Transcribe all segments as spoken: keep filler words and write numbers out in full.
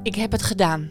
Ik heb het gedaan.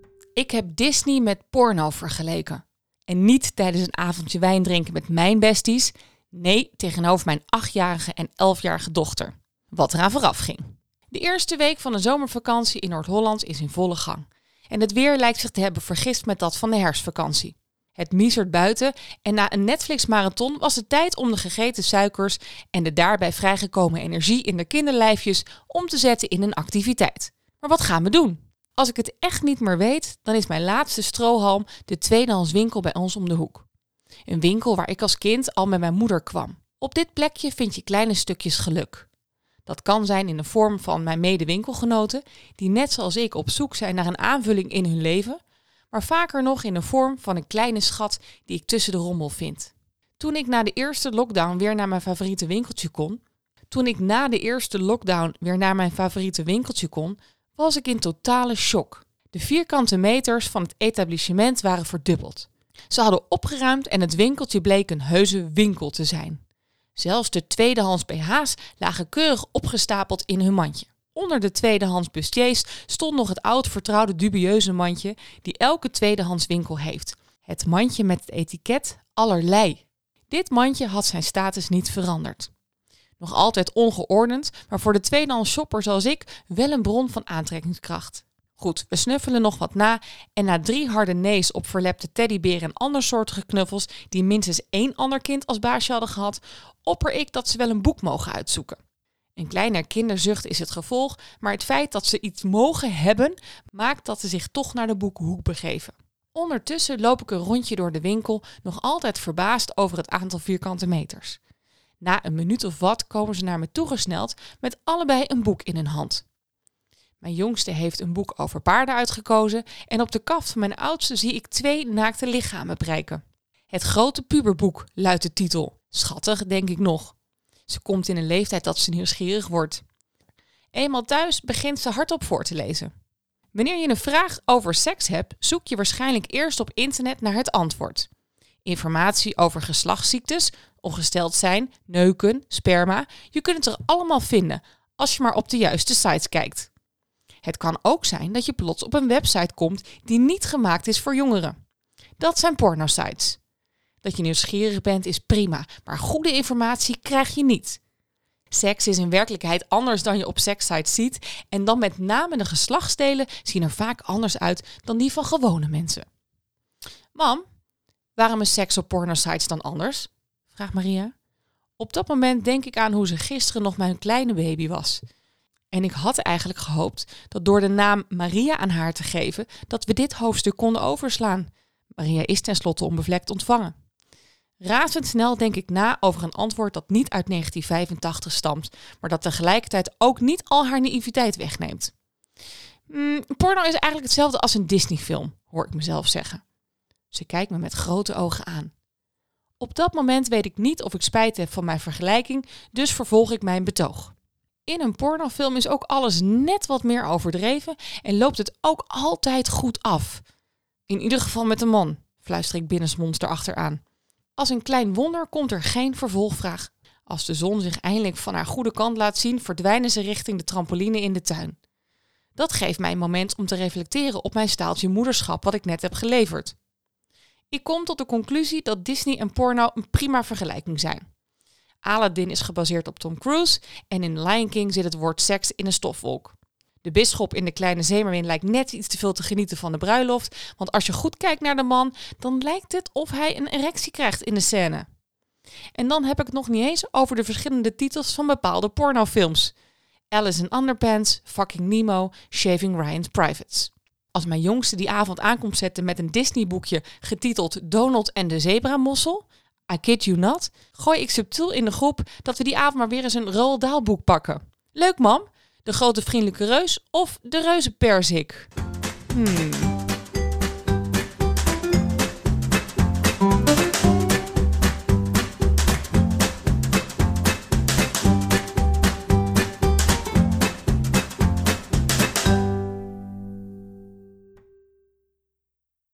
Ik heb Disney met porno vergeleken. En niet tijdens een avondje wijn drinken met mijn besties. Nee, tegenover mijn achtjarige en elfjarige dochter. Wat eraan vooraf ging. De eerste week van de zomervakantie in Noord-Holland is in volle gang. En het weer lijkt zich te hebben vergist met dat van de herfstvakantie. Het miezert buiten en na een Netflix-marathon was het tijd om de gegeten suikers en de daarbij vrijgekomen energie in de kinderlijfjes om te zetten in een activiteit. Maar wat gaan we doen? Als ik het echt niet meer weet, dan is mijn laatste strohalm de tweedehands winkel bij ons om de hoek. Een winkel waar ik als kind al met mijn moeder kwam. Op dit plekje vind je kleine stukjes geluk. Dat kan zijn in de vorm van mijn medewinkelgenoten, die net zoals ik op zoek zijn naar een aanvulling in hun leven, maar vaker nog in de vorm van een kleine schat die ik tussen de rommel vind. Toen ik na de eerste lockdown weer naar mijn favoriete winkeltje kon, toen ik na de eerste lockdown weer naar mijn favoriete winkeltje kon, was ik in totale shock. De vierkante meters van het etablissement waren verdubbeld. Ze hadden opgeruimd en het winkeltje bleek een heuse winkel te zijn. Zelfs de tweedehands B H's lagen keurig opgestapeld in hun mandje. Onder de tweedehands bustiers stond nog het oud vertrouwde dubieuze mandje die elke tweedehands winkel heeft. Het mandje met het etiket allerlei. Dit mandje had zijn status niet veranderd. Nog altijd ongeordend, maar voor de tweedehands shopper zoals ik wel een bron van aantrekkingskracht. Goed, we snuffelen nog wat na en na drie harde nee's op verlepte teddyberen en andersoortige knuffels die minstens één ander kind als baasje hadden gehad, opper ik dat ze wel een boek mogen uitzoeken. Een kleine kinderzucht is het gevolg, maar het feit dat ze iets mogen hebben, maakt dat ze zich toch naar de boekenhoek begeven. Ondertussen loop ik een rondje door de winkel, nog altijd verbaasd over het aantal vierkante meters. Na een minuut of wat komen ze naar me toegesneld met allebei een boek in hun hand. Mijn jongste heeft een boek over paarden uitgekozen en op de kaft van mijn oudste zie ik twee naakte lichamen prijken. Het grote puberboek luidt de titel. Schattig, denk ik nog. Ze komt in een leeftijd dat ze nieuwsgierig wordt. Eenmaal thuis begint ze hardop voor te lezen. Wanneer je een vraag over seks hebt, zoek je waarschijnlijk eerst op internet naar het antwoord. Informatie over geslachtsziektes, ongesteld zijn, neuken, sperma, je kunt het er allemaal vinden als je maar op de juiste sites kijkt. Het kan ook zijn dat je plots op een website komt die niet gemaakt is voor jongeren. Dat zijn pornosites. Dat je nieuwsgierig bent is prima, maar goede informatie krijg je niet. Seks is in werkelijkheid anders dan je op sekssites ziet en dan met name de geslachtsdelen zien er vaak anders uit dan die van gewone mensen. Mam, waarom is seks op pornosites dan anders? Vraagt Maria. Op dat moment denk ik aan hoe ze gisteren nog mijn kleine baby was. En ik had eigenlijk gehoopt dat door de naam Maria aan haar te geven, dat we dit hoofdstuk konden overslaan. Maria is tenslotte onbevlekt ontvangen. Razendsnel denk ik na over een antwoord dat niet uit negentien vijfentachtig stamt, maar dat tegelijkertijd ook niet al haar naïviteit wegneemt. Mm, porno is eigenlijk hetzelfde als een Disney-film, hoor ik mezelf zeggen. Ze kijkt me met grote ogen aan. Op dat moment weet ik niet of ik spijt heb van mijn vergelijking, dus vervolg ik mijn betoog. In een pornofilm is ook alles net wat meer overdreven en loopt het ook altijd goed af. In ieder geval met een man, fluister ik binnensmonds erachteraan. Als een klein wonder komt er geen vervolgvraag. Als de zon zich eindelijk van haar goede kant laat zien, verdwijnen ze richting de trampoline in de tuin. Dat geeft mij een moment om te reflecteren op mijn staaltje moederschap wat ik net heb geleverd. Ik kom tot de conclusie dat Disney en porno een prima vergelijking zijn. Aladdin is gebaseerd op Tom Cruise en in The Lion King zit het woord seks in een stofwolk. De bisschop in De Kleine Zeemermin lijkt net iets te veel te genieten van de bruiloft, want als je goed kijkt naar de man, dan lijkt het of hij een erectie krijgt in de scène. En dan heb ik het nog niet eens over de verschillende titels van bepaalde pornofilms. Alice in Underpants, Fucking Nemo, Shaving Ryan's Privates. Als mijn jongste die avond aankomt zetten met een Disney-boekje getiteld Donald en de Zebramossel, I kid you not, gooi ik subtiel in de groep dat we die avond maar weer eens een Roald Dahl boek pakken. Leuk, mam? De grote vriendelijke reus of de reuzenperzik? Hmm...